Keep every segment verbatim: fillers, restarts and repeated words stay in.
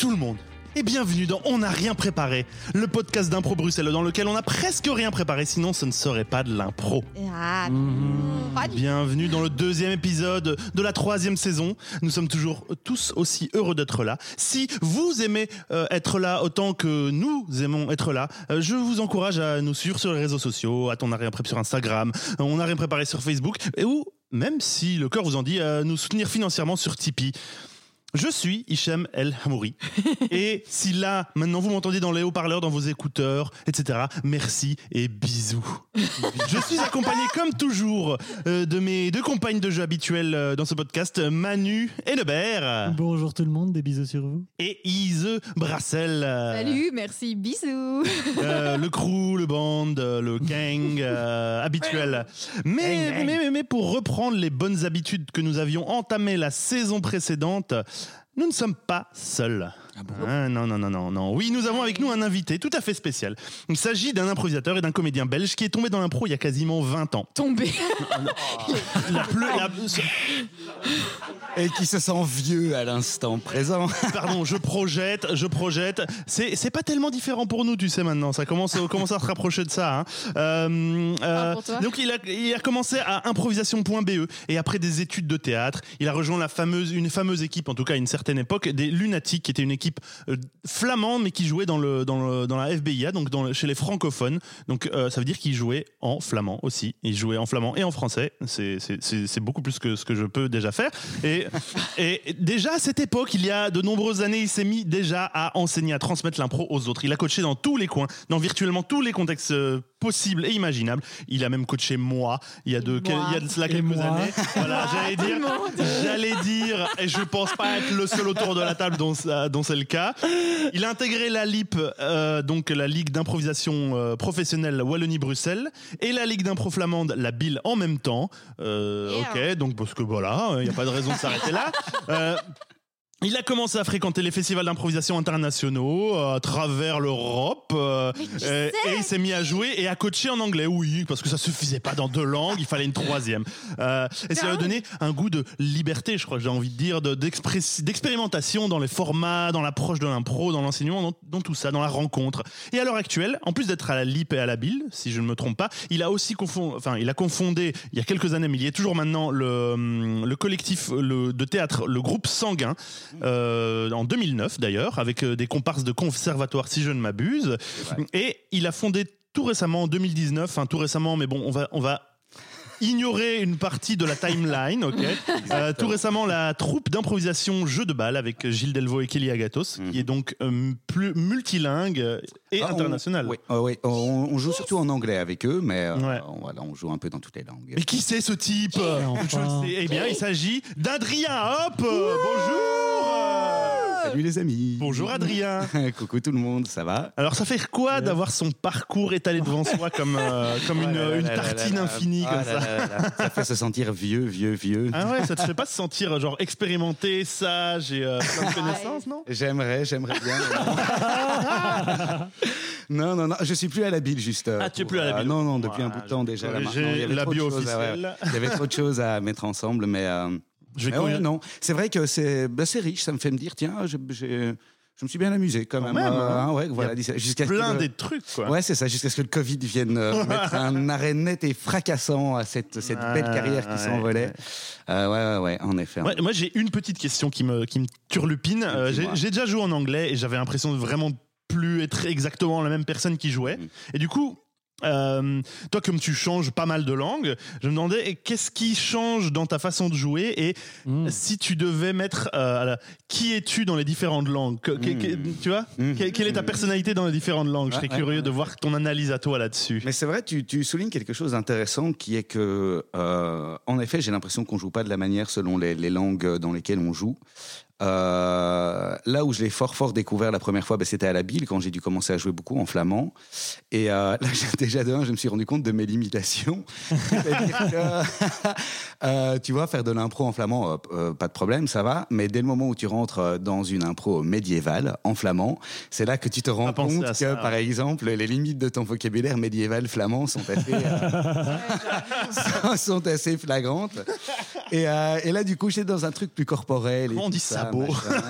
tout le monde et bienvenue dans On n'a rien préparé, le podcast d'impro Bruxelles dans lequel on n'a presque rien préparé, sinon ce ne serait pas de l'impro. Ah, mmh. Pas du... Bienvenue dans le deuxième épisode de la troisième saison. Nous sommes toujours tous aussi heureux d'être là. Si vous aimez euh, être là autant que nous aimons être là, euh, je vous encourage à nous suivre sur les réseaux sociaux, à On n'a rien préparé sur Instagram, euh, On n'a rien préparé sur Facebook, et ou même si le cœur vous en dit, à nous soutenir financièrement sur Tipeee. Je suis Hichem El Hamouri. Et si là, maintenant, vous m'entendez dans les haut-parleurs, dans vos écouteurs, et cetera, merci et bisous. Je suis accompagné, comme toujours, euh, de mes deux compagnes de jeu habituelles euh, dans ce podcast, Manu et Lebert. Bonjour tout le monde, des bisous sur vous. Et Ise Brassel. Salut, merci, bisous. Euh, le crew, le band, le gang euh, habituel. Mais, mais, mais, mais pour reprendre les bonnes habitudes que nous avions entamées la saison précédente, nous ne sommes pas seuls. Ah bon ah, non, non, non, non, non. Oui, nous avons avec nous un invité tout à fait spécial. Il s'agit d'un improvisateur et d'un comédien belge qui est tombé dans l'impro il y a quasiment vingt ans. Tombé. La pleu... la... Et qui se sent vieux à l'instant présent. Pardon, je projette, je projette. C'est, c'est pas tellement différent pour nous, tu sais, maintenant. Ça commence, on commence à se rapprocher de ça. Hein. Euh, euh, ah, pour toi. Donc, il a, il a commencé à improvisation point b e et après des études de théâtre, il a rejoint la fameuse, une fameuse équipe, en tout cas à une certaine époque, des Lunatiques, qui était une équipe euh, flamande, mais qui jouait dans, le, dans, le, dans la F B I A, donc dans le, chez les francophones. Donc, euh, ça veut dire qu'il jouait en flamand aussi. Il jouait en flamand et en français. C'est, c'est, c'est, c'est beaucoup plus que ce que je peux déjà faire. Et Et déjà à cette époque, il y a de nombreuses années, il s'est mis déjà à enseigner, à transmettre l'impro aux autres. Il a coaché dans tous les coins, dans virtuellement tous les contextes euh, possibles et imaginables. Il a même coaché moi, il y a de, quel, il y a de cela quelques moi. années. Voilà, j'allais dire, j'allais dire, et je pense pas être le seul autour de la table dont, dont c'est le cas. Il a intégré la L I P, euh, donc la Ligue d'improvisation euh, professionnelle Wallonie-Bruxelles, et la Ligue d'impro flamande, la B I L, en même temps. Euh, Yeah. Ok, donc parce que voilà, il n'y a pas de raison de s'arrêter là. Euh, il a commencé à fréquenter les festivals d'improvisation internationaux euh, à travers l'Europe euh, euh, et il s'est mis à jouer et à coacher en anglais, oui, parce que ça suffisait pas dans deux langues, il fallait une troisième. Euh, et ça lui a donné un goût de liberté, je crois, j'ai envie de dire, de, d'expérimentation dans les formats, dans l'approche de l'impro, dans l'enseignement, dans, dans tout ça, dans la rencontre. Et à l'heure actuelle, en plus d'être à la L I P et à la B I L, si je ne me trompe pas, il a aussi confondé, enfin, il a confondé il y a quelques années, mais il y est toujours maintenant, le, le collectif le, de théâtre, le groupe Sanguin. Euh, en deux mille neuf d'ailleurs, avec euh, des comparses de conservatoire si je ne m'abuse, et il a fondé tout récemment en deux mille dix-neuf, enfin tout récemment, mais bon, on va, on va ignorer une partie de la timeline, ok. Euh, tout récemment, la troupe d'improvisation Jeu de balle avec Gilles Delvaux et Kelly Agathos, mm-hmm. qui est donc euh, plus multilingue et ah, international. On, oui, oh, oui. On, on joue surtout en anglais avec eux, mais euh, ouais. on, voilà, on joue un peu dans toutes les langues. Mais qui c'est ce type? Enfin. Eh bien, il s'agit d'Adrien Hop. Bonjour. Salut les amis. Bonjour Adrien. Coucou tout le monde, ça va? Alors ça fait quoi d'avoir son parcours étalé devant soi comme, euh, comme une, oh là là une là tartine là là. infinie oh comme là ça là là là. Ça fait se sentir vieux, vieux, vieux. Ah ouais, ça te fait pas se sentir genre expérimenté, sage et euh, plein de connaissances, non? J'aimerais, j'aimerais bien. non, non, non, je suis plus à la B I L juste. Ah, tu es plus à la B I L? Non, non, depuis ouais, un bout de temps déjà. Là, j'ai il y avait la trop de bio choses à- officielle. ouais, il y avait trop de choses à mettre ensemble, mais. Euh, Je vais mais courir. ouais, non, c'est vrai que c'est, bah, c'est riche, ça me fait me dire, tiens, j'ai, j'ai- je me suis bien amusé quand, Quand même. même, euh, hein. hein, ouais, Il y voilà, a jusqu'à ce Plein que, des trucs, quoi. Ouais, c'est ça, jusqu'à ce que le Covid vienne euh, mettre un arrêt net et fracassant à cette, cette Ouais, belle carrière qui ouais, s'envolait. ouais. Euh, ouais, ouais, ouais, en effet. Ouais, moi, j'ai une petite question qui me, qui me turlupine. Euh, j'ai, Dis-moi. j'ai déjà joué en anglais et j'avais l'impression de vraiment plus être exactement la même personne qui jouait. Mm. Et du coup, euh, toi, comme tu changes pas mal de langues, je me demandais eh, qu'est-ce qui change dans ta façon de jouer et Mmh. si tu devais mettre euh, à la- qui es-tu dans les différentes langues que, que- que- Mm. Tu vois Mm. Que- Quelle est ta personnalité dans les différentes langues? Je Ouais, serais ouais, curieux ouais. de voir ton analyse à toi là-dessus. Mais c'est vrai, tu, tu soulignes quelque chose d'intéressant qui est que, euh, en effet, j'ai l'impression qu'on joue pas de la manière selon les, les langues dans lesquelles on joue. Euh, là où je l'ai fort fort découvert la première fois, ben, c'était à la B I L quand j'ai dû commencer à jouer beaucoup en flamand. Et euh, là, j'ai- déjà de un, je me suis rendu compte de mes limitations. C'est-à-dire que, euh, tu vois, faire de l'impro en flamand, euh, euh, pas de problème, ça va. Mais dès le moment où tu rentres euh, dans une impro médiévale en flamand, c'est là que tu te rends Pas pensé compte à que, ça, par ouais. exemple, les limites de ton vocabulaire médiéval flamand sont assez, euh, sont assez flagrantes. Et, euh, et là, du coup, j'étais dans un truc plus corporel. Et Comment on tout dit ça, labo.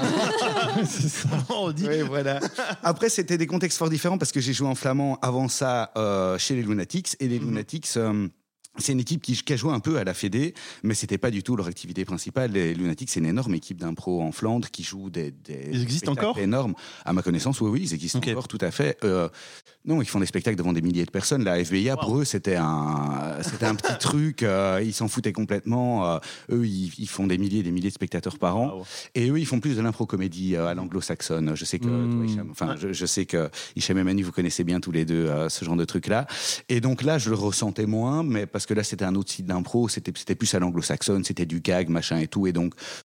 C'est ça. On dit. Oui, voilà. Après, c'était des contextes fort différents parce que j'ai joué en flamand avant ça euh, chez les Lunatics. Et les Lunatics, euh, c'est une équipe qui, qui a joué un peu à la Fédé, mais c'était pas du tout leur activité principale. Les Lunatics, c'est une énorme équipe d'impro en Flandre qui joue des, des Ils existent encore énormes. À ma connaissance, oui, oui, ils existent Okay. encore, tout à fait. Euh, non, ils font des spectacles devant des milliers de personnes. La F B I A, Wow. pour eux, c'était un, c'était un petit truc. Euh, ils s'en foutaient complètement. Euh, eux, ils, ils font des milliers et des milliers de spectateurs par an. Wow. Et eux, ils font plus de l'impro-comédie euh, à l'anglo-saxonne. Je sais que, Mmh. toi, Hicham, enfin, Ouais. je, je sais que Hicham et Manu, vous connaissez bien tous les deux euh, ce genre de truc-là. Et donc là, je le ressentais moins, mais parce que là, c'était un autre style d'impro, c'était, c'était plus à l'anglo-saxonne, c'était du gag, machin et tout. Et donc,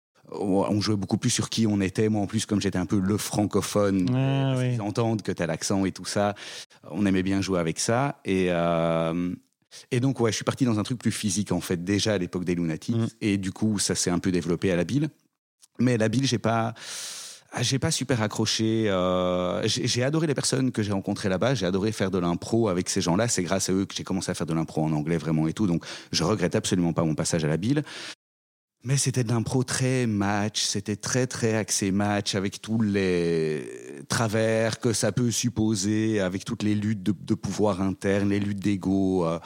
on jouait beaucoup plus sur qui on était. Moi, en plus, comme j'étais un peu le francophone, Ah, parce oui. qu'ils entendent que t'as l'accent et tout ça, on aimait bien jouer avec ça. Et... Euh, Et donc, ouais, je suis parti dans un truc plus physique, en fait, déjà à l'époque des Lunatics. Mmh. Et du coup, ça s'est un peu développé à la bille. Mais la bille, j'ai pas... Ah, j'ai pas super accroché. Euh, j'ai, j'ai adoré les personnes que j'ai rencontrées là-bas. J'ai adoré faire de l'impro avec ces gens-là. C'est grâce à eux que j'ai commencé à faire de l'impro en anglais vraiment et tout. Donc, je regrette absolument pas mon passage à la bille. Mais c'était de l'impro très match. C'était très, très axé match avec tous les travers que ça peut supposer, avec toutes les luttes de, de pouvoir interne, les luttes d'ego. Euh,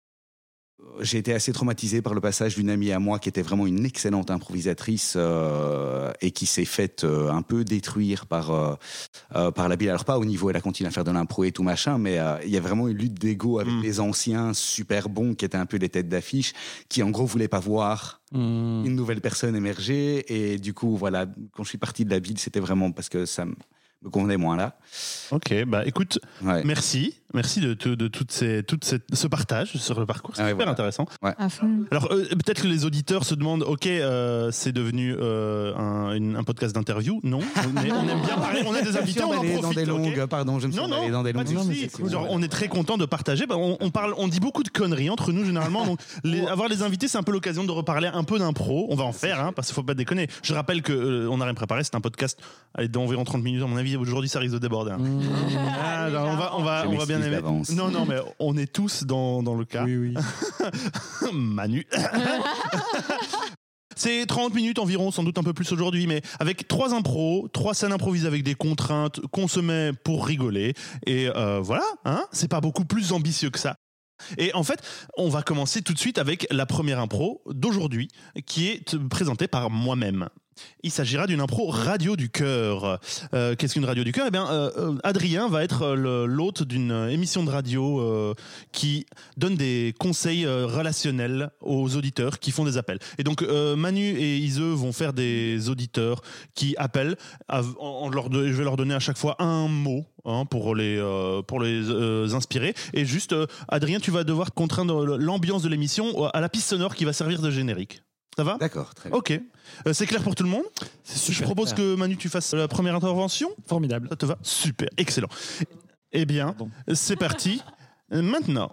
J'ai été assez traumatisé par le passage d'une amie à moi qui était vraiment une excellente improvisatrice euh, et qui s'est faite euh, un peu détruire par, euh, euh, par la bille. Alors pas au niveau, elle a continué à faire de l'impro et tout machin, mais euh, il y a vraiment une lutte d'ego avec Mm. les anciens super bons qui étaient un peu les têtes d'affiche, qui en gros voulaient pas voir Mmh. une nouvelle personne émerger. Et du coup, voilà, quand je suis parti de la bille, c'était vraiment parce que ça me me convenait moins là. Ok, bah écoute, Ouais. merci. Merci de, de, de toutes ces, toute cette, ce partage sur le parcours. C'est Ah ouais, super voilà. intéressant. À fond. Alors, euh, peut-être que les auditeurs se demandent, ok, euh, c'est devenu euh, un, une- un podcast d'interview. Non, on, est- on aime bien parler. On a des invités, on en emballé profite. dans des ok longues, pardon, je me suis Non, emballé non, dans des pas longues. de Non, mais souci. c'est cool. Genre, on est très content de partager. Bah, on, on parle, on dit beaucoup de conneries entre nous généralement. Donc, les- avoir les invités, c'est un peu l'occasion de reparler un peu d'impro. On va en faire, hein, parce qu'il faut pas déconner. Je rappelle que euh, on n'a rien préparé. C'est un podcast allez, d'environ trente minutes. À mon avis, aujourd'hui, ça risque de déborder. hein. Mmh. Ah, alors, on va, on va, Je on va bien m'excuse aimer. d'avance. Non, non, mais on est tous dans, dans le cas. Oui, oui. Manu. C'est trente minutes environ, sans doute un peu plus aujourd'hui, mais avec trois impros, trois scènes improvisées avec des contraintes qu'on se met pour rigoler. Et euh, voilà, hein, c'est pas beaucoup plus ambitieux que ça. Et en fait, on va commencer tout de suite avec la première impro d'aujourd'hui, qui est présentée par moi-même. Il s'agira d'une impro radio du cœur. Euh, qu'est-ce qu'une radio du cœur ? Eh bien, euh, euh, Adrien va être le- l'hôte d'une émission de radio euh, qui donne des conseils euh, relationnels aux auditeurs qui font des appels. Et donc, euh, Manu et Iseux vont faire des auditeurs qui appellent. av- en- en leur de- je vais leur donner à chaque fois un mot hein, pour les, euh, pour les euh, inspirer. Et juste, euh, Adrien, tu vas devoir contraindre l'ambiance de l'émission à la piste sonore qui va servir de générique. Ça va ? D'accord, très bien. Ok. Euh, c'est clair pour tout le monde ? C'est Je super propose clair. que Manu, tu fasses la première intervention. Formidable. Ça te va ? Super, excellent. Eh bien, Pardon. c'est parti. Euh, Maintenant.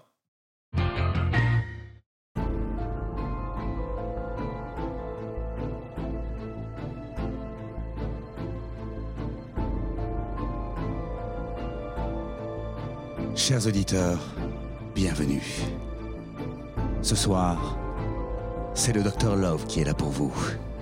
Chers auditeurs, bienvenue. Ce soir, c'est le docteur Love qui est là pour vous.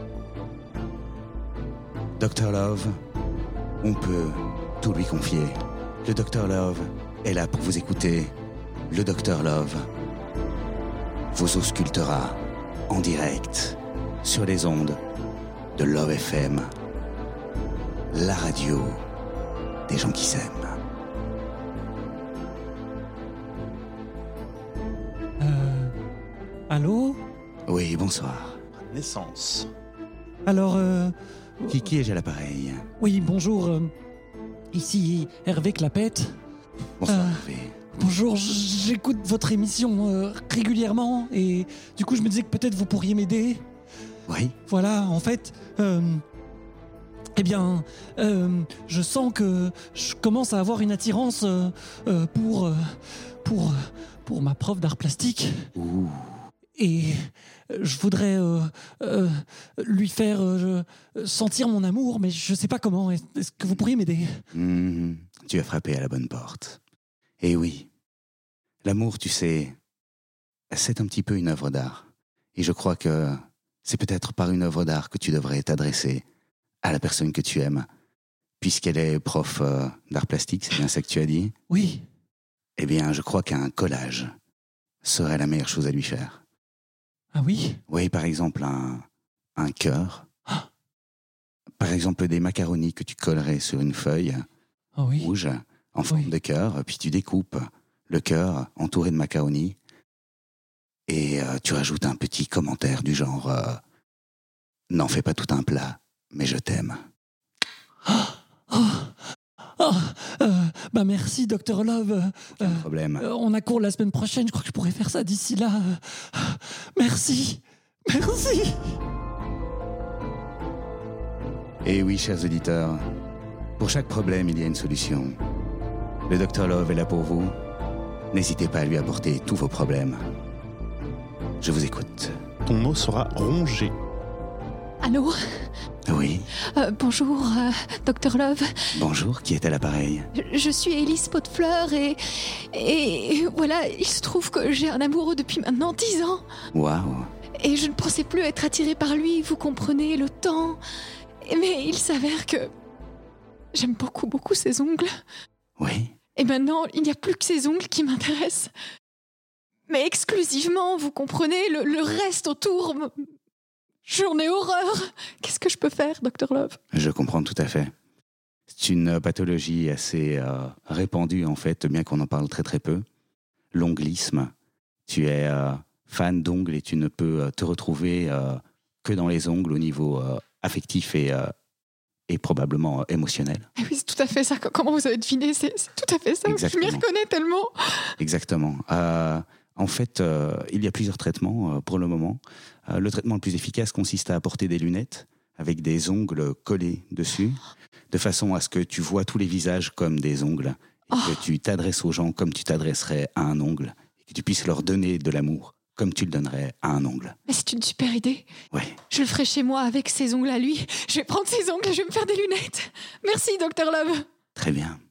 docteur Love, on peut tout lui confier. Le docteur Love est là pour vous écouter. Le docteur Love vous auscultera en direct sur les ondes de Love F M, la radio des gens qui s'aiment. Euh, allô ? Oui, bonsoir. Naissance. Alors, euh, Qui, qui ai-je à l'appareil? oui, bonjour. euh, ici Hervé Clapette. Bonsoir, Euh, Hervé. Bonjour, j- j'écoute votre émission euh, régulièrement et du coup je me disais que peut-être vous pourriez m'aider. Oui, Voilà, en fait, euh, eh bien, euh, je sens que je commence à avoir une attirance euh, euh, pour, euh, pour, pour ma prof d'art plastique. ouh, Et je voudrais euh, euh, lui faire euh, sentir mon amour, mais je sais pas comment. Est- Est-ce que vous pourriez m'aider ? hmm, tu as frappé à la bonne porte. Et oui, l'amour, tu sais, c'est un petit peu une œuvre d'art. Et je crois que c'est peut-être par une œuvre d'art que tu devrais t'adresser à la personne que tu aimes, puisqu'elle est prof euh, d'art plastique, c'est bien ça que tu as dit? Oui. Eh bien, je crois qu'un collage serait la meilleure chose à lui faire. Ah oui? Oui, par exemple, un, un cœur. Ah. Par exemple, des macaronis que tu collerais sur une feuille Ah oui. rouge en forme Oui. de cœur, puis tu découpes le cœur entouré de macaronis et euh, tu rajoutes un petit commentaire du genre euh, « N'en fais pas tout un plat, mais je t'aime. » Oh, oh, euh, bah merci, docteur Love. Aucun Euh, problème. euh, on a cours la semaine prochaine, je crois que je pourrais faire ça d'ici là. Euh, merci, merci. Et oui, chers auditeurs, pour chaque problème, il y a une solution. Le docteur Love est là pour vous. N'hésitez pas à lui apporter tous vos problèmes. Je vous écoute. Ton mot sera rongé. Allô? Oui, Euh, Bonjour, euh, docteur Love. bonjour, qui est à l'appareil? Je, je suis Élise Potefleur et, et... et voilà, il se trouve que j'ai un amoureux depuis maintenant dix ans. Waouh. Et je ne pensais plus être attirée par lui, vous comprenez, le temps. Mais il s'avère que... j'aime beaucoup, beaucoup ses ongles. Oui, Et maintenant, il n'y a plus que ses ongles qui m'intéressent. Mais exclusivement, vous comprenez, le, le reste autour... me- J'en ai horreur. Qu'est-ce que je peux faire, docteur Love? je comprends tout à fait. C'est une pathologie assez euh, répandue, en fait, bien qu'on en parle très très peu. L'onglisme. Tu es euh, fan d'ongles et tu ne peux euh, te retrouver euh, que dans les ongles au niveau euh, affectif et, euh, et probablement euh, émotionnel. Ah oui, c'est tout à fait ça. C- Comment vous avez deviné? C'est c'est tout à fait ça. Exactement. Je m'y reconnais tellement. Exactement. Euh, en fait, euh, il y a plusieurs traitements euh, pour le moment. Euh, le traitement le plus efficace consiste à apporter des lunettes avec des ongles collés dessus, de façon à ce que tu vois tous les visages comme des ongles, et Oh. que tu t'adresses aux gens comme tu t'adresserais à un ongle, et que tu puisses leur donner de l'amour comme tu le donnerais à un ongle. Mais c'est une super idée. Ouais. Je le ferai chez moi avec ses ongles à lui. Je vais prendre ses ongles et je vais me faire des lunettes. Merci, docteur Love. Très bien.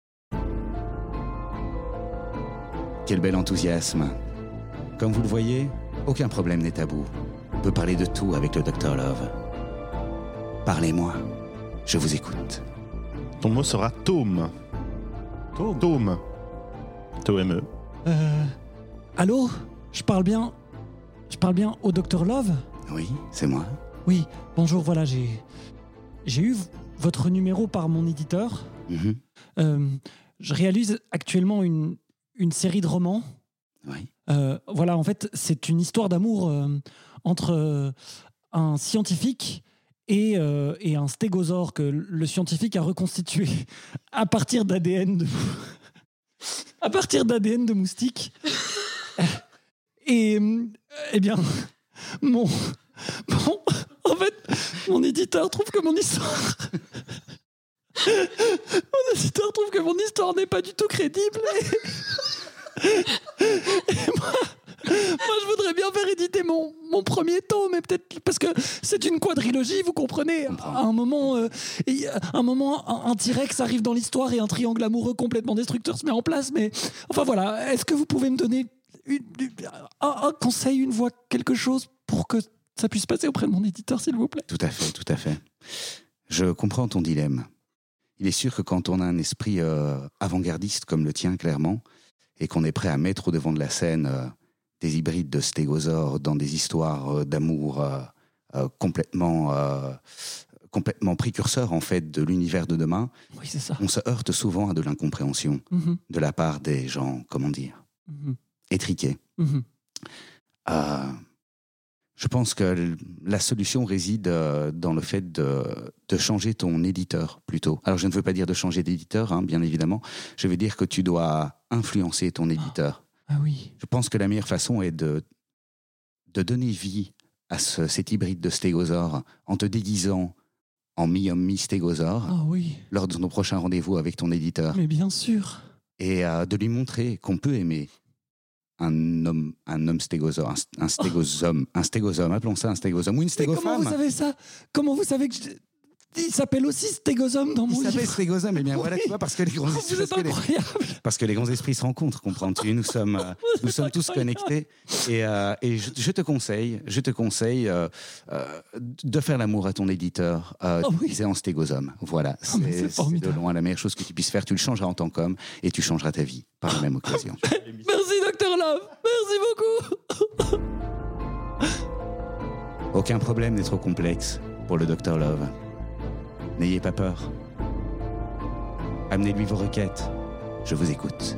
Quel bel enthousiasme. Comme vous le voyez, aucun problème n'est tabou. On peut parler de tout avec le docteur Love. Parlez-moi, je vous écoute. Ton mot sera tome. Tome. T O M E. Euh, allô? Je parle bien... Je parle bien au docteur Love? Oui, c'est moi. Oui, bonjour, voilà, j'ai... J'ai eu v- votre numéro par mon éditeur. Mhm. Euh, je réalise actuellement une, une série de romans. Oui. Euh, voilà, en fait, c'est une histoire d'amour euh, entre euh, un scientifique et, euh, et un stégosaure que le scientifique a reconstitué à partir d'A D N de... à partir d'A D N de moustique. Et, euh, eh bien, mon, mon... En fait, mon éditeur trouve que mon histoire... mon éditeur trouve que mon histoire n'est pas du tout crédible. Et, et moi, moi, je voudrais bien faire éditer mon, mon premier tome, mais peut-être parce que c'est une quadrilogie, vous comprenez. À un moment, euh, et, à un moment, un, un T-Rex arrive dans l'histoire et un triangle amoureux complètement destructeur se met en place. Mais enfin voilà, est-ce que vous pouvez me donner une- une- un, un conseil, une voix, quelque chose pour que ça puisse passer auprès de mon éditeur, s'il vous plaît? Tout à fait, tout à fait. Je comprends ton dilemme. Il est sûr que quand on a un esprit euh, avant-gardiste comme le tien, clairement, et qu'on est prêt à mettre au devant de la scène euh, des hybrides de stégosaures dans des histoires euh, d'amour euh, euh, complètement, euh, complètement précurseurs, en fait, de l'univers de demain, Oui, c'est ça. on se heurte souvent à de l'incompréhension Mhm, de la part des gens, comment dire, mhm, étriqués. mhm. Euh, je pense que l- la solution réside euh, dans le fait de, de changer ton éditeur plutôt. Alors je ne veux pas dire de changer d'éditeur, hein, bien évidemment. Je veux dire que tu dois influencer ton éditeur. Ah oui. Je pense que la meilleure façon est de, de donner vie à ce- cet hybride de stégosaure en te déguisant en mi-homme, mi-stégosaure Ah oui. lors de ton prochain rendez-vous avec ton éditeur. Mais bien sûr. Et euh, de lui montrer qu'on peut aimer un homme, un homme stégosaure, un, un stégosome, un stégosome, appelons ça un stégosome ou une Mais comment stégofemme. vous savez ça? Comment vous savez que je... Il s'appelle aussi Stégosome dans Il mon s'appelle livre. Stégosome. Eh bien, Oui. voilà, tu vois, parce que les grands Vous esprits, êtes parce que les, incroyable. parce que les grands esprits se rencontrent, comprends-tu. Nous sommes, euh, nous sommes tous incroyable. connectés. Et, euh, et je, je te conseille, je te conseille euh, euh, de faire l'amour à ton éditeur, euh, Oh oui. déguisé en Stégosome. Voilà, Oh, mais c'est c'est c'est de formidable. loin la meilleure chose que tu puisses faire. Tu le changeras en tant qu'homme et tu changeras ta vie par la même occasion. Merci, docteur Love. Merci beaucoup. Aucun problème n'est trop complexe pour le docteur Love. N'ayez pas peur. Amenez-lui vos requêtes. Je vous écoute.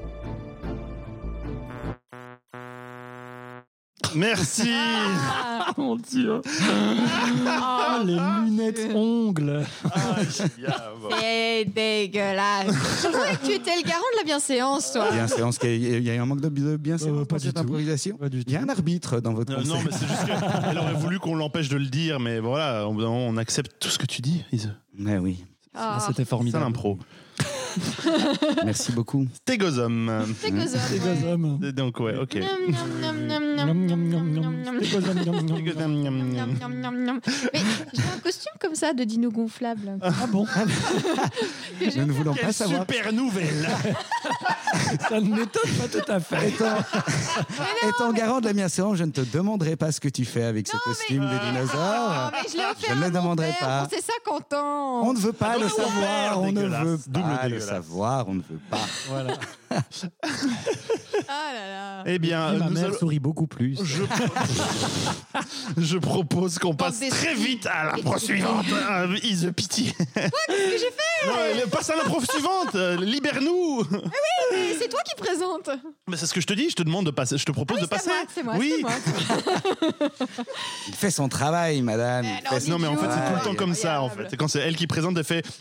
Merci. Ah mon Dieu. Ah, les lunettes ongles. Ah, yeah, bon. c'est dégueulasse. Je croyais que tu étais le garant de la bienséance, toi. Bienséance, il y a- il y a eu un manque de de bienséance Euh, pas dans du cette tout. improvisation. Pas du Il y a un arbitre dans votre Euh, conseil. non, mais c'est juste qu'elle aurait voulu qu'on l'empêche de le dire, mais voilà, on, on accepte tout ce que tu dis, Ise. Mais oui, Ah, C'était C'est formidable. l'impro. merci beaucoup. Stégosome. Stégosome, ouais. Stégosome. Et Donc, ouais, ok. Miam, miam, miam, miam, Nom, nom, nom, miam, nom. miam, Stégosome, nom, nom, nom. Stégosome, miam, miam. miam, miam, miam, miam. Mais j'ai un costume comme ça de dino gonflable. Ah bon? Nous ne voulons pas Quelle savoir. super nouvelle. Ça ne m'étonne pas tout à fait. Étant, étant garant de la bienséance, je ne te demanderai pas ce que tu fais avec ce costume de Oh, dinosaure. mais je l'ai offert Je à ne le mon demanderai père pas. pour ses cinquante ans. On ne veut pas Ah, le double savoir, on ne dégueulasse. veut Double pas le dégueulasse. savoir, on ne veut pas. Voilà. Ah là là. Eh bien, Et ma nous mère allons- sourit beaucoup plus. je... je propose qu'on passe des- très vite à l'impro suivante. Ah, Ise, pitié. Qu'est-ce que j'ai fait? Non, elle- passe à l'impro suivante. euh, Libère-nous. Mais c'est toi qui présente. Mais c'est ce que je te dis. Je te demande de passer. Je te propose de Ah C'est passer. moi, c'est moi, Oui. c'est moi. Il fait son travail, madame. Mais Il non, fait mais son- Non, mais en fait, c'est tout le temps comme ça. En Incroyable. fait, c'est quand c'est elle qui présente, elle fait.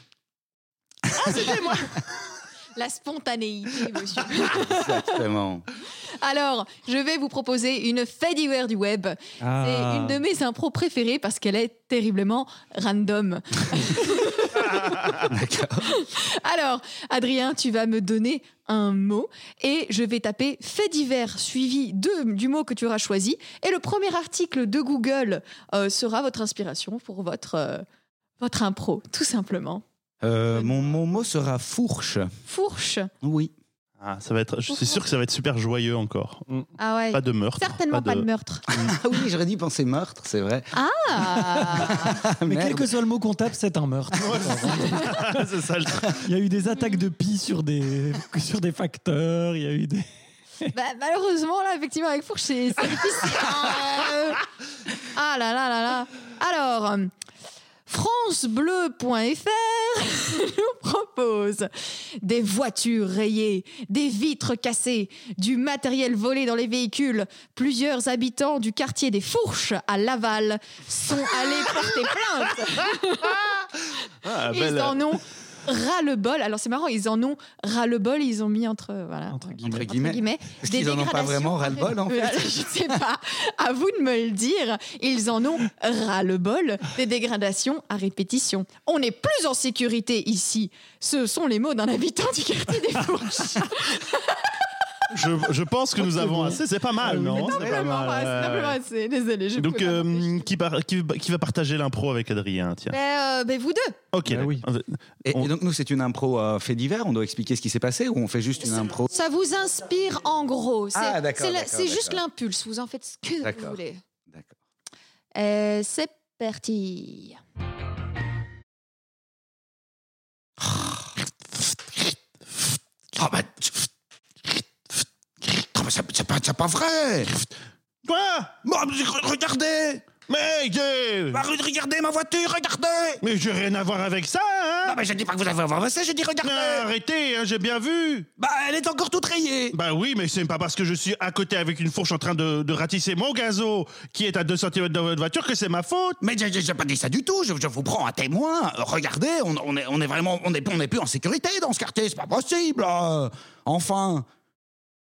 La spontanéité, monsieur. Exactement. Alors, je vais vous proposer une fait divers du web. Ah. C'est une de mes impros préférées parce qu'elle est terriblement random. D'accord. Alors, Adrien, tu vas me donner un mot et je vais taper fait divers suivi de, du mot que tu auras choisi. Et le premier article de Google euh, sera votre inspiration pour votre, euh, votre impro, tout simplement. Euh, mon, mon mot sera fourche. Fourche. Oui. Ah, ça va être. Je suis sûr que ça va être super joyeux encore. Ah ouais. Pas de meurtre. Certainement pas de, meurtre. Ah oui, j'aurais dit penser meurtre, c'est vrai. Ah Mais Merde. quel que soit le mot qu'on tape, c'est un meurtre. c'est ça le truc. Il y a eu des attaques de pie sur des, sur des facteurs. Il y a eu des. Bah, malheureusement, là, effectivement, avec fourche, c'est c'est difficile. Euh, Ah là là là là. Alors, euh, francebleu point f r nous propose des voitures rayées, des vitres cassées, du matériel volé dans les véhicules. Plusieurs habitants du quartier des Fourches à Laval sont allés porter plainte. Ah, Ils belle- en ont ras-le-bol. Alors c'est marrant, ils en ont ras-le-bol, ils ont mis entre, voilà, Entre Entre guillemets. guillemets. guillemets, Est-ce des qu'ils en ont pas dégradations. vraiment ras-le-bol, en fait Euh, Je sais pas. À vous de me le dire. Ils en ont ras-le-bol des dégradations à répétition. On n'est plus en sécurité ici. Ce sont les mots d'un habitant du quartier des Fourches. Je, je pense que nous avons assez. C'est pas mal, non C'est pas Simplement, mal, c'est ouais, simplement ouais. assez. Désolée. je Donc, pouvais pas m'empêcher. euh, qui, par- qui, qui va partager l'impro avec Adrien tiens. Ben, euh, ben, vous deux. Ok, Bah d'accord. oui. Et, On- et donc, nous, c'est une impro euh, fait divers. On doit expliquer ce qui s'est passé ou on fait juste une impro Ça vous inspire en gros. C'est Ah, d'accord, c'est la- d'accord, c'est juste d'accord. l'impulse. Vous en faites ce que vous D'accord. voulez. D'accord. Euh, c'est parti. Oh, bah, oh, mais c'est c'est pas, c'est pas vrai. Quoi Bon, regardez. Mais, euh, Bah, regardez ma voiture, regardez. mais j'ai rien à voir avec ça, hein Non, mais je dis pas que vous avez avancé, je dis regardez. Ah, Arrêtez, hein, j'ai bien vu. Bah, elle est encore toute rayée. Bah oui, mais c'est pas parce que je suis à côté avec une fourche en train de, de ratisser mon gazo qui est à deux centimètres de votre voiture que c'est ma faute. Mais j'ai j'ai pas dit ça du tout, je, je vous prends à témoin. Regardez, on, on est, on est vraiment, on est, on est plus en sécurité dans ce quartier, c'est pas possible. euh. Enfin.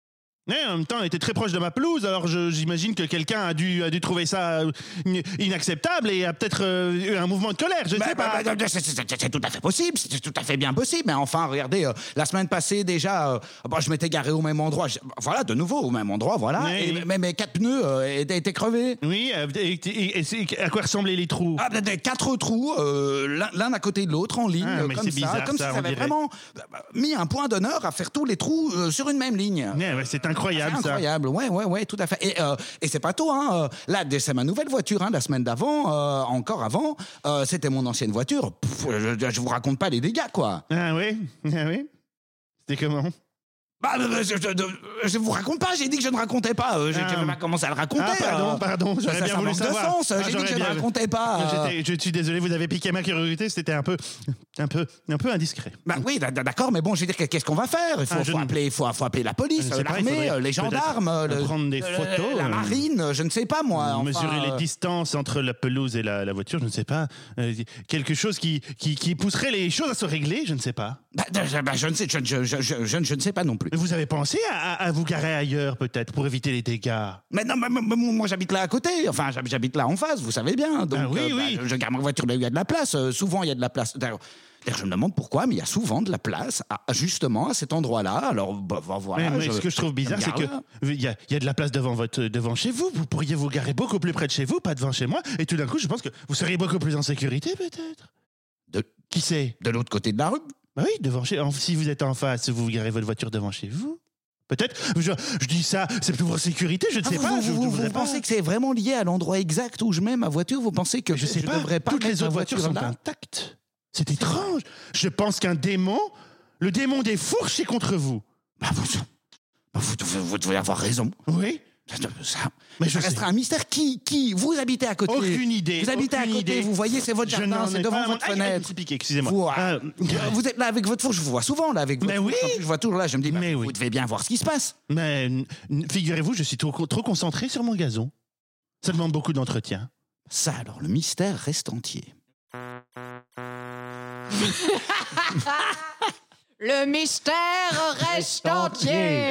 Mais en même temps, elle était très proche de ma pelouse, alors je- j'imagine que quelqu'un a dû, a dû trouver ça euh, inacceptable et a peut-être euh, eu un mouvement de colère, je ne Bah, sais pas. bah, bah, c'est, c'est- c'est tout à fait possible, c'est tout à fait bien possible. Mais enfin, regardez, euh, la semaine passée déjà, euh, bon, je m'étais garé au même endroit. Je- voilà, de nouveau au même endroit, voilà. Oui. Et mes, mes quatre pneus euh, étaient, étaient crevés. Oui, euh, et, et- et c'est- à quoi ressemblaient les trous? Ah, des quatre trous, euh, l'un, l'un à côté de l'autre, en ligne, Ah, euh, mais comme c'est ça, bizarre, comme ça, si on ça avait dirait. vraiment euh, mis un point d'honneur à faire tous les trous euh, sur une même ligne. Ouais, ouais, c'est incroyable, C'est ça. incroyable, ouais, ouais, ouais, tout à fait. Et, euh, et c'est pas tout, hein. euh, Là, c'est ma nouvelle voiture, hein, la semaine d'avant, euh, encore avant, euh, c'était mon ancienne voiture. Pff, je, je vous raconte pas les dégâts, quoi. Ah oui, ah oui. C'était comment? Bah, euh, je, je, je vous raconte pas, j'ai dit que je ne racontais pas. euh, Je Ah. je vais pas commencer à le raconter. Ah, pardon, euh. pardon, j'aurais Ça, bien ça voulu manque de savoir. sens, Ah, j'ai dit j'aurais que je ne bien- racontais pas. euh. J'étais- Je suis désolé, vous avez piqué ma curiosité, c'était un peu, un peu, un peu indiscret. Bah oui, d- d'accord, mais bon, je veux dire, qu'est-ce qu'on va faire? Il faut, Ah, je faut ne- appeler, faut, faut appeler la police, Je ne sais pas, il l'armée, faudrait euh, les peut-être gendarmes, euh, le- prendre des euh, photos, la euh, marine, je ne sais pas moi. enfin, Mesurer euh, les distances entre la pelouse et la, la voiture, je ne sais pas. Euh, quelque chose qui, qui, qui pousserait les choses à se régler, je ne sais pas. bah, je, bah, je ne sais, je, je, je, je, je- je ne sais pas non plus. Mais vous avez pensé à, à- à vous garer ailleurs, peut-être, pour éviter les dégâts? Mais non, mais, mais- mais moi j'habite là à côté, enfin j'hab- j'habite là en face, vous savez bien. Donc, Ah oui, euh, bah, oui. je, je garde ma voiture là où il y a de la place. euh, souvent il y a de la place. D'ailleurs, d'ailleurs, je me demande pourquoi, mais il y a souvent de la place, à, justement à cet endroit-là. Alors bah, bah, voilà. Ouais, mais ce que je trouve bizarre, je c'est me gare que il y a, il y a de la place devant, votre, devant chez vous. Vous pourriez vous garer beaucoup plus près de chez vous, pas devant chez moi. Et tout d'un coup, je pense que vous seriez beaucoup plus en sécurité, peut-être. De- Qui sait? de l'autre côté de la rue. Bah oui, devant chez. en- Si vous êtes en face, vous garez votre voiture devant chez vous. Peut-être. Je, je dis ça, c'est pour votre sécurité, je ne Ah, sais vous, pas. vous, je, vous- je vous voudrais pas. pensez que c'est vraiment lié à l'endroit exact où je mets ma voiture? Vous pensez que Je sais pas. devrais pas Toutes mettre les ma autres voitures sont là intactes. C'est étrange. Je pense qu'un démon, le démon des fourches, est contre vous. Bah, vous, bah, vous, devez- vous devez avoir raison. Oui. Ça, Mais ça je restera sais. un mystère. Qui, qui Vous habitez à côté. Aucune idée. Vous habitez à aucune côté, idée. vous voyez, c'est votre Je jardin, n'en c'est ai devant pas- votre Aïe, aïe, fenêtre. je me suis piqué, excusez-moi. Vous, Ah, vous êtes là avec votre fourche, je vous vois souvent là avec votre Mais fourche. oui. En plus, je vois toujours là, je me dis, bah, Mais vous oui. devez bien voir ce qui se passe. Mais n- n- figurez-vous, je suis trop, trop concentré sur mon gazon. Ça demande beaucoup d'entretien. Ça, alors, le mystère reste entier. Le mystère reste entier.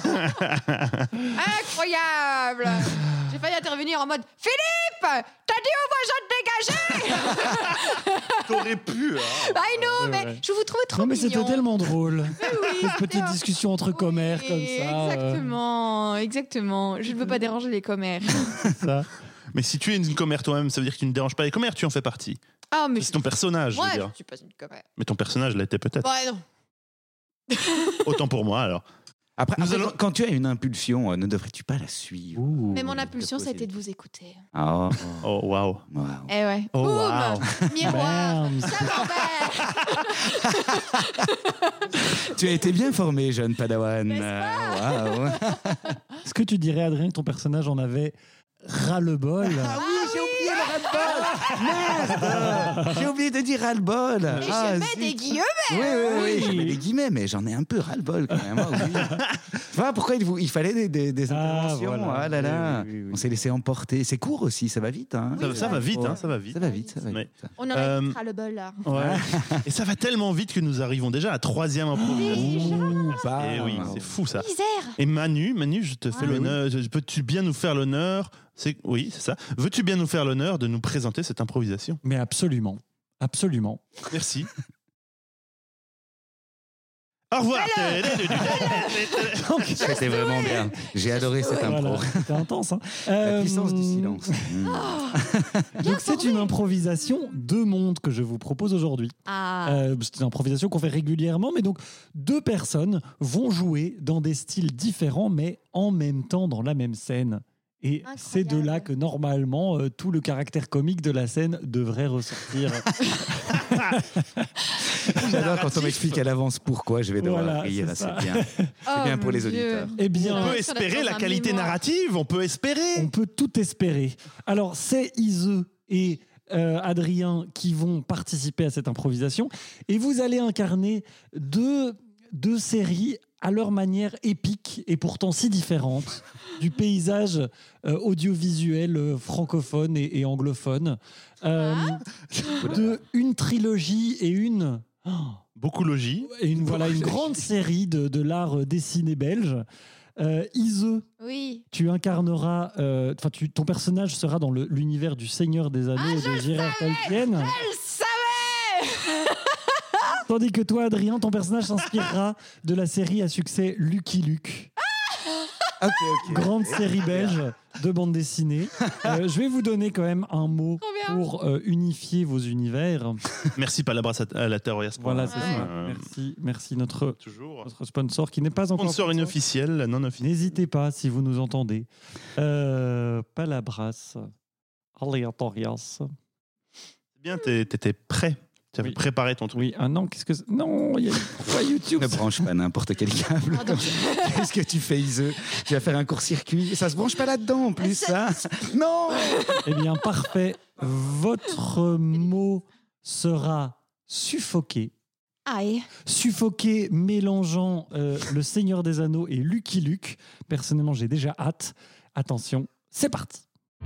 Incroyable. J'ai failli intervenir en mode Philippe, t'as dit aux voisins de dégager. T'aurais pu, hein. I know, mais ouais. je vous trouvais trop Non, mais mignon. c'était tellement drôle. Oui, Une c'était petite un- discussion entre commères comme Oui, ça. euh, Exactement, exactement. Je ne veux pas déranger les commères. ça. Mais si tu es une commère toi-même, ça veut dire que tu ne déranges pas les commères, tu en fais partie. Ah, mais C'est ton personnage, je moi, veux je dire. ne suis pas une commère. Mais ton personnage l'était peut-être. Ouais, non. Autant pour moi, alors. Après, Nous après, allons- quand, quand tu as une impulsion, euh, ne devrais-tu pas la suivre? Ouh. Mais mon impulsion, ça a poser. été de vous écouter. Ah, Oh, waouh. wow. Eh ouais. Oh, Boum, wow. miroir, Merde. camembert. Tu as été bien formé, jeune Padawan. N'est-ce Euh, waouh. Est-ce que tu dirais, Adrien, que ton personnage en avait ras-le-bol? Ah oui, j'ai oublié le ras-le-bol. Merde. J'ai oublié de dire ras-le-bol. Et Ah, je mets zut. des guillemets. Oui, oui, oui, Oui. je mets des guillemets, mais j'en ai un peu ras-le-bol quand même. hein, oui. Voilà pourquoi il, vous, il fallait des, des, des Ah, interventions. voilà. Ah là là. Oui, oui, oui. On s'est laissé emporter. C'est court aussi, ça va vite. Hein. Ça, ça va vite, hein, ça va vite. Ça va vite, ça va Mais- vite. On en a Euh, ras le bol là. Ouais. Et ça va tellement vite que nous arrivons déjà à la troisième improvisation. Ouh, bah. Eh oui, c'est fou ça. Misère. Et Manu, Manu, je te fais Ah, l'honneur. je- Peux-tu bien nous faire l'honneur? C'est oui, c'est ça. Veux-tu bien nous faire l'honneur de nous présenter cette improvisation? Mais absolument. Absolument. Merci. Au revoir. C'était vraiment bien. J'ai adoré cette impro. Voilà, c'était intense. Hein. La Euh, puissance du silence. Mmh. Donc c'est une improvisation de monde que je vous propose aujourd'hui. Ah. Euh, c'est une improvisation qu'on fait régulièrement, mais donc deux personnes vont jouer dans des styles différents, mais en même temps dans la même scène. Et Incroyable. c'est de là que normalement euh, tout le caractère comique de la scène devrait ressortir. J'adore quand on m'explique à l'avance pourquoi je vais devoir Voilà, rire. c'est ça. C'est bien. Oh, bien pour mon les Dieu. auditeurs. Eh bien, On Ouais, peut si on a espérer dans la un qualité mémoire. narrative, on peut espérer. on peut tout espérer. Alors, c'est Ise et euh, Adrien qui vont participer à cette improvisation. Et vous allez incarner deux, deux séries à leur manière épique et pourtant si différentes du paysage euh, audiovisuel euh, francophone et, et anglophone. Euh, de une trilogie et une... oh, Beaucoup logis. et une, voilà, une grande série de, de l'art dessiné belge. Euh, Ise, Oui. tu incarneras, euh, enfin, tu, ton personnage sera dans le- l'univers du Seigneur des Anneaux Ah, et je de le J R R Tolkien. Je le savais. Tandis que toi, Adrien, ton personnage s'inspirera de la série à succès Lucky Luke. Ok, ok. Grande série belge de bande dessinée. Euh, je vais vous donner quand même un mot Trop bien. pour euh, unifier vos univers. Merci Palabras à la Terrorias. Voilà, c'est Ouais. ça. Euh, Merci, merci notre, Toujours. notre sponsor qui n'est pas encore Sponsor inofficiel, non officiel. N'hésitez pas si vous nous entendez. Euh, Palabras, Aleatorias. C'est bien, t'es- t'étais prêt. Tu avais Oui. préparé ton truc. Oui, ah non, qu'est-ce que c'est Non, il y a pas YouTube. Ne branche pas n'importe quel câble. Pardon. Qu'est-ce que tu fais, Ise? Tu vas faire un court-circuit. Ça se branche pas là-dedans, en plus, ça. Non. Eh bien, parfait. Votre mot sera suffoqué. Aïe. Suffoqué mélangeant euh, le Seigneur des Anneaux et Lucky Luke. Personnellement, j'ai déjà hâte. Attention, c'est parti.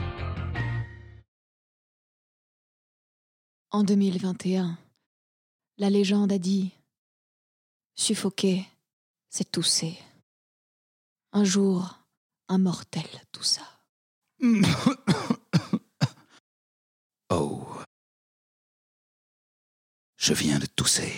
En deux mille vingt et un, la légende a dit « Suffoquer, c'est tousser. » Un jour, un mortel toussa. Oh. Je viens de tousser.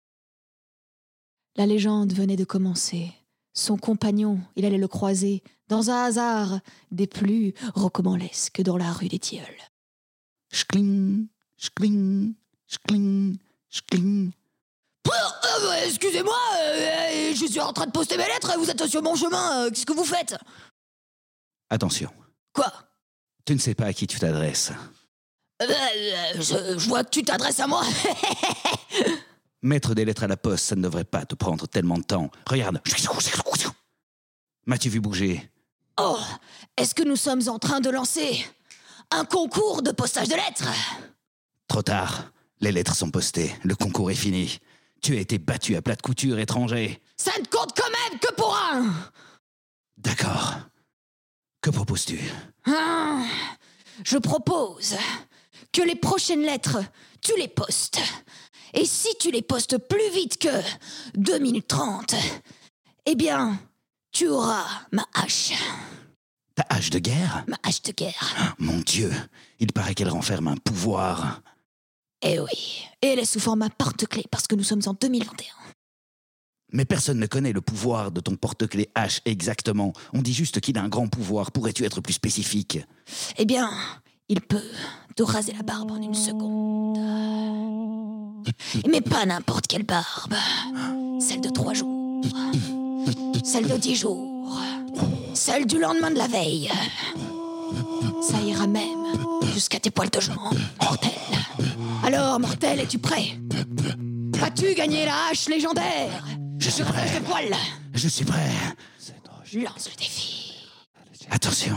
La légende venait de commencer. Son compagnon, il allait le croiser dans un hasard des plus rocambolesques dans la rue des Tilleuls. Schkling, schkling, schkling, schkling. Excusez-moi, euh, je suis en train de poster mes lettres, vous êtes sur mon chemin, euh, qu'est-ce que vous faites? Attention, Quoi? tu ne sais pas à qui tu t'adresses. Euh, euh, je, je vois que tu t'adresses à moi. Mettre des lettres à la poste, ça ne devrait pas te prendre tellement de temps. Regarde. M'as-tu vu bouger? Oh, est-ce que nous sommes en train de lancer un concours de postage de lettres? Trop tard. Les lettres sont postées. Le concours est fini. Tu as été battu à plate couture, étranger. Ça ne compte quand même que pour un. D'accord. Que proposes-tu? Ah, je propose que les prochaines lettres, tu les postes. Et si tu les postes plus vite que deux minutes trente, eh bien, tu auras ma hache. Ta hache de guerre? Ma hache de guerre. Mon Dieu, il paraît qu'elle renferme un pouvoir. Eh oui, et elle est sous format porte-clés parce que nous sommes en deux mille vingt et un. Mais personne ne connaît le pouvoir de ton porte-clés hache exactement. On dit juste qu'il a un grand pouvoir. Pourrais-tu être plus spécifique? Eh bien, il peut te raser la barbe en une seconde. Mais pas n'importe quelle barbe. Celle de trois jours. Celle de dix jours. Celle du lendemain de la veille. Ça ira même jusqu'à tes poils de jambes, mortel. Alors, mortel, es-tu prêt? As-tu gagné la hache légendaire? Je suis prêt. Tes poils. Je suis prêt. Lance le défi. Attention.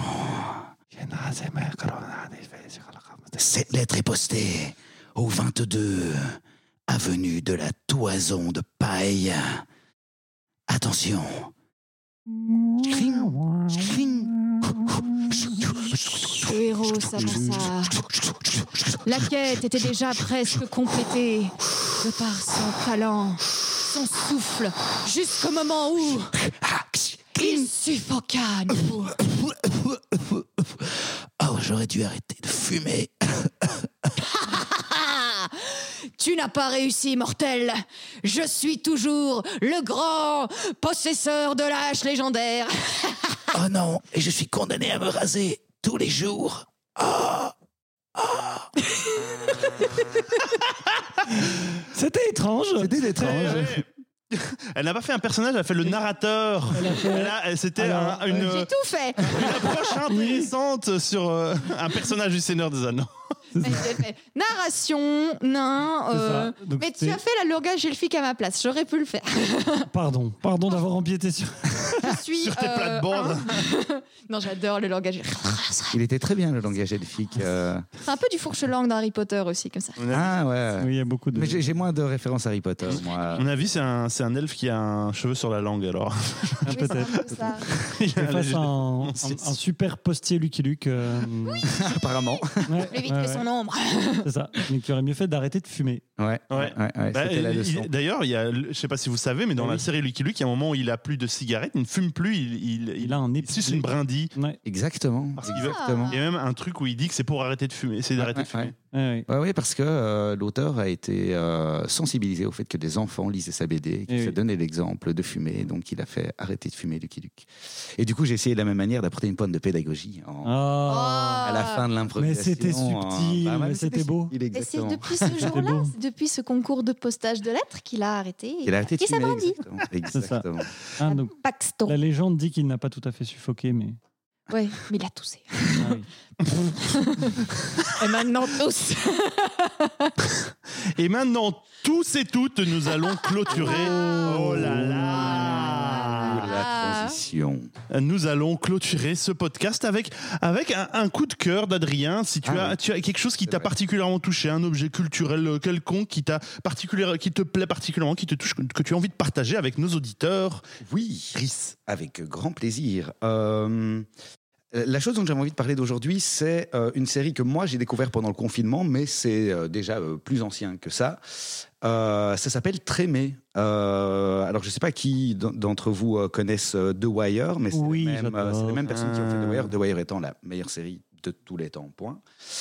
Cette lettre est postée au vingt-deux avenue de la Toison de Paille. Attention. Le héros s'avança. La quête était déjà presque complétée de par son talent, son souffle, jusqu'au moment où il suffoqua à nouveau. Oh, j'aurais dû arrêter de fumer. Tu n'as pas réussi, mortel. Je suis toujours le grand possesseur de la hache légendaire. Oh non, et je suis condamné à me raser tous les jours. Oh. Oh. C'était étrange. C'était étrange. Ouais. Elle n'a pas fait un personnage, elle a fait le narrateur. Elle a fait- Elle a- elle- C'était Alors, un- une, J'ai tout fait. une approche intéressante sur euh, un personnage du Seigneur des Anneaux. Mais j'ai fait narration, nain. C'est euh, ça. Donc mais tu c'était- as fait la langage elfique à ma place. J'aurais pu le faire. Pardon, pardon d'avoir empiété sur. Je suis. Sur tes plates-bandes. un- non, j'adore le langage elfique. Il était très bien le langage elfique. euh. C'est un peu du fourche-langue d'Harry Potter aussi, comme ça. Ah ouais. Oui, il y a beaucoup de. Mais j'ai j'ai moins de références Harry Potter, moi. À mon avis, c'est un, c'est un elfe qui a un cheveu sur la langue alors. Ah, Oui, c'est un peut-être. peu ça. Il a Je fasse léger- un, un, C'est- un super postier Lucky Luke. euh, Apparemment. ouais, Plus vite ouais, que ouais. son son ombre. C'est ça. Mais qui aurait mieux fait d'arrêter de fumer. Ouais, ouais, Ouais. ouais, ouais, Bah, c'était la il- leçon. il- D'ailleurs, il y a, je sais pas si vous savez, mais dans Oui. la série Lucky Luke, il y a un moment où il a plus de cigarettes, il ne fume plus, il, il, Il a un nez il suce pelé. une brindille. Ouais. Exactement. Parce qu'il veut- Exactement. Il y a même un truc où il dit que c'est pour arrêter de fumer, c'est d'arrêter Ouais, de fumer. ouais. Ouais, ouais. Ouais, oui, parce que euh, l'auteur a été euh, sensibilisé au fait que des enfants lisaient sa B D, qu'il Eh s'est oui. donné l'exemple de fumer, donc il a fait arrêter de fumer Lucky Luke. Et du coup, j'ai essayé de la même manière d'apporter une pointe de pédagogie en- Oh. à la fin de Mais l'improvisation. c'était en- subtil, Bah, mais c'était beau. subtil, Et c'est exactement. depuis ce jour-là, beau. c'est depuis ce concours de postage de lettres qu'il a arrêté. Il a arrêté de Et ça fumer. brandit. Exactement. ça. Exactement. Ah, donc, Paxton. la légende dit qu'il n'a pas tout à fait suffoqué, mais. Ouais, mais il a toussé. Ah oui. Et maintenant tous. Et maintenant, tous et toutes, nous allons clôturer. Oh là là La transition. Nous allons clôturer ce podcast avec, avec un, un coup de cœur d'Adrien. Si tu, Ah as, oui. tu as quelque chose qui C'est t'a vrai. particulièrement touché, un objet culturel euh, quelconque qui, t'a particulière- qui te plaît particulièrement, qui te touche, que, que tu as envie de partager avec nos auditeurs. Oui, Chris. avec grand plaisir. Euh, La chose dont j'avais envie de parler d'aujourd'hui, c'est euh, une série que moi j'ai découvert pendant le confinement, mais c'est euh, déjà euh, plus ancien que ça. Euh, ça s'appelle Trémé. Euh, alors je ne sais pas qui d- d'entre vous euh, connaissent euh, The Wire, mais c'est Oui, les, mêmes, euh, j'adore. c'est les mêmes personnes qui ont fait The Wire. Ah. The Wire étant la meilleure série de tous les temps, point.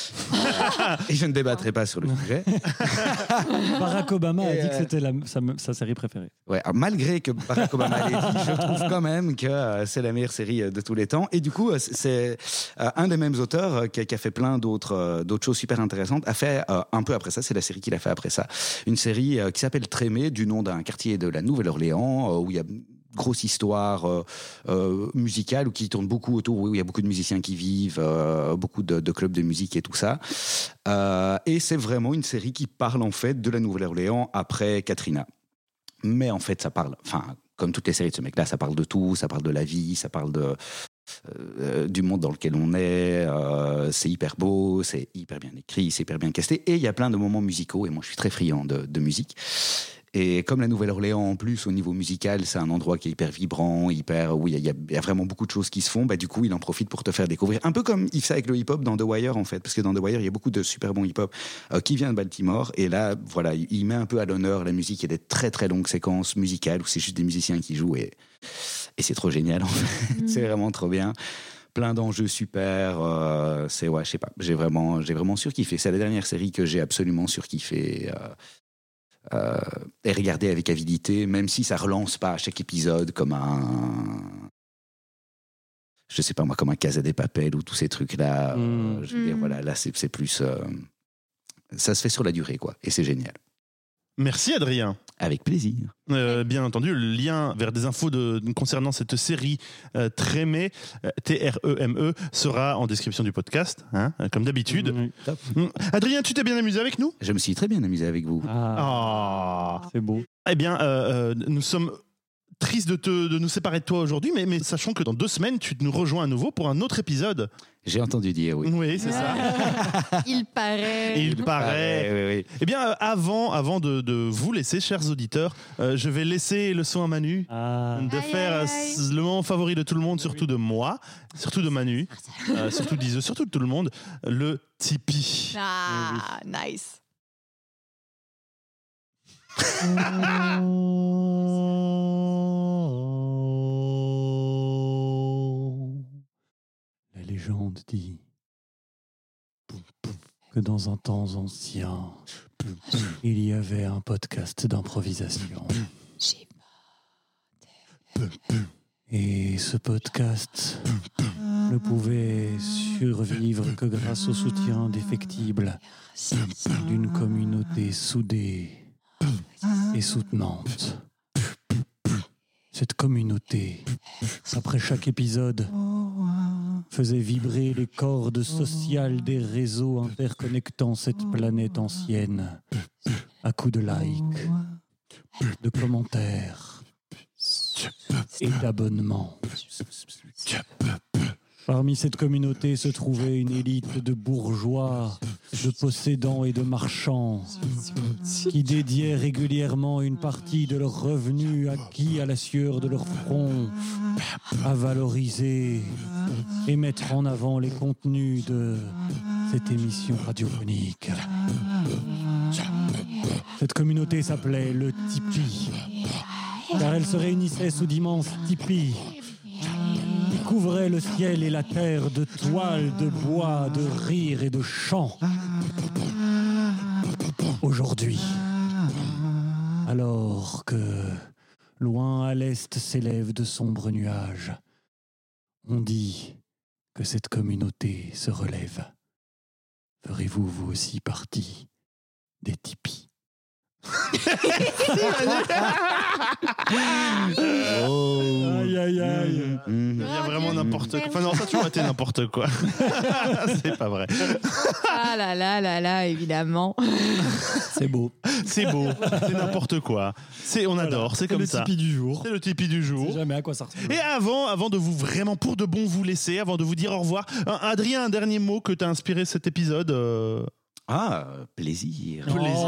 Et je ne débattrai pas sur le sujet. Barack Obama a Et, dit que euh, c'était la- sa, sa série préférée. Ouais, alors, malgré que Barack Obama l'ait dit, je trouve quand même que euh, c'est la meilleure série euh, de tous les temps. Et du coup, euh, c'est euh, un des mêmes auteurs euh, qui, a, qui a fait plein d'autres euh, d'autres choses super intéressantes. A fait euh, un peu après ça, c'est la série qu'il a fait après ça, une série euh, qui s'appelle Trémé, du nom d'un quartier de la Nouvelle-Orléans euh, où il y a une grosse histoire euh, euh, musicale où qui tourne beaucoup autour, où il y a beaucoup de musiciens qui vivent, euh, beaucoup de, de clubs de musique et tout ça. Euh, et c'est vraiment une série qui parle en fait de la Nouvelle-Orléans après Katrina. Mais en fait, ça parle, enfin, comme toutes les séries de ce mec-là, ça parle de tout, ça parle de la vie, ça parle de, euh, du monde dans lequel on est, euh, c'est hyper beau, c'est hyper bien écrit, c'est hyper bien casté, et il y a plein de moments musicaux, et moi je suis très friand de, de musique. Et comme la Nouvelle-Orléans, en plus, au niveau musical, c'est un endroit qui est hyper vibrant, hyper, où il y, a- il y a vraiment beaucoup de choses qui se font, bah, du coup, il en profite pour te faire découvrir. Un peu comme il fait avec le hip-hop dans The Wire, en fait, parce que dans The Wire, il y a beaucoup de super bons hip-hop euh, qui viennent de Baltimore. Et là, voilà, il, il met un peu à l'honneur la musique. Il y a des très, très longues séquences musicales où c'est juste des musiciens qui jouent. Et, et c'est trop génial, en fait. C'est vraiment trop bien. Plein d'enjeux super. Euh, c'est, ouais, je sais pas, j'ai vraiment, j'ai vraiment surkiffé. C'est la dernière série que j'ai absolument surkiffé. Euh, Euh, et regarder avec avidité, même si ça relance pas à chaque épisode comme un, je sais pas moi, comme un Casa des Papel ou tous ces trucs là. Mm. Euh, je veux dire, Mm. voilà, là c'est, c'est plus, euh, ça se fait sur la durée quoi, et c'est génial. Merci Adrien. Avec plaisir. Euh, bien entendu, le lien vers des infos de, concernant cette série euh, Trémé, euh, T R E M E, sera en description du podcast, hein, comme d'habitude. Oui. Mm. Adrien, tu t'es bien amusé avec nous? Je me suis très bien amusé avec vous. Ah, Ah. c'est beau. Eh bien, euh, euh, nous sommes tristes de, te, de nous séparer de toi aujourd'hui, mais, mais sachons que dans deux semaines, tu nous rejoins à nouveau pour un autre épisode. J'ai entendu dire oui. Oui, c'est ça. Il paraît. Et il paraît. Ouais, ouais, ouais. Eh bien, euh, avant, avant de, de vous laisser, chers auditeurs, euh, je vais laisser le soin à Manu Ah. de Aïe, faire aïe, euh, aïe. le moment favori de tout le monde, surtout de moi, surtout de Manu, euh, surtout d'Ise, surtout de tout le monde, le Tipeee. Ah, nice. La légende dit que dans un temps ancien, il y avait un podcast d'improvisation. J'ai Et ce podcast ne pouvait survivre que grâce au soutien indéfectible d'une communauté soudée et soutenante. Cette communauté, après chaque épisode, faisait vibrer les cordes sociales des réseaux interconnectant cette planète ancienne à coups de likes, de commentaires et d'abonnements. Parmi cette communauté se trouvait une élite de bourgeois, de possédants et de marchands qui dédiaient régulièrement une partie de leurs revenus acquis à la sueur de leur front à valoriser et mettre en avant les contenus de cette émission radiophonique. Cette communauté s'appelait le Tipeee, car elle se réunissait sous d'immenses tipis qui couvraient le ciel et la terre de toiles, de bois, de rires et de chants. Aujourd'hui, alors que loin à l'est s'élèvent de sombres nuages, on dit que cette communauté se relève. Ferez-vous vous aussi partie des tipis? Oh. Aïe, aïe, aïe. Mhm. Il y a vraiment n'importe quoi. Enfin non, ça a toujours été n'importe quoi. C'est pas vrai. Ah là là là là, évidemment. C'est beau. C'est beau, c'est n'importe quoi. C'est, on adore, c'est comme le ça. Tipeee du jour. C'est le Tipeee du Je sais jour. jamais à quoi ça ressemble. Et avant, avant de vous vraiment pour de bon vous laisser, avant de vous dire au revoir, un- Adrien, un dernier mot que t'as inspiré cet épisode. euh, Ah, plaisir. Plaisir.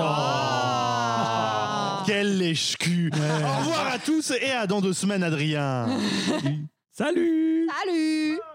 Ah. Quel lèche-cul. Au revoir à tous et à dans deux semaines, Adrien. Salut! Salut.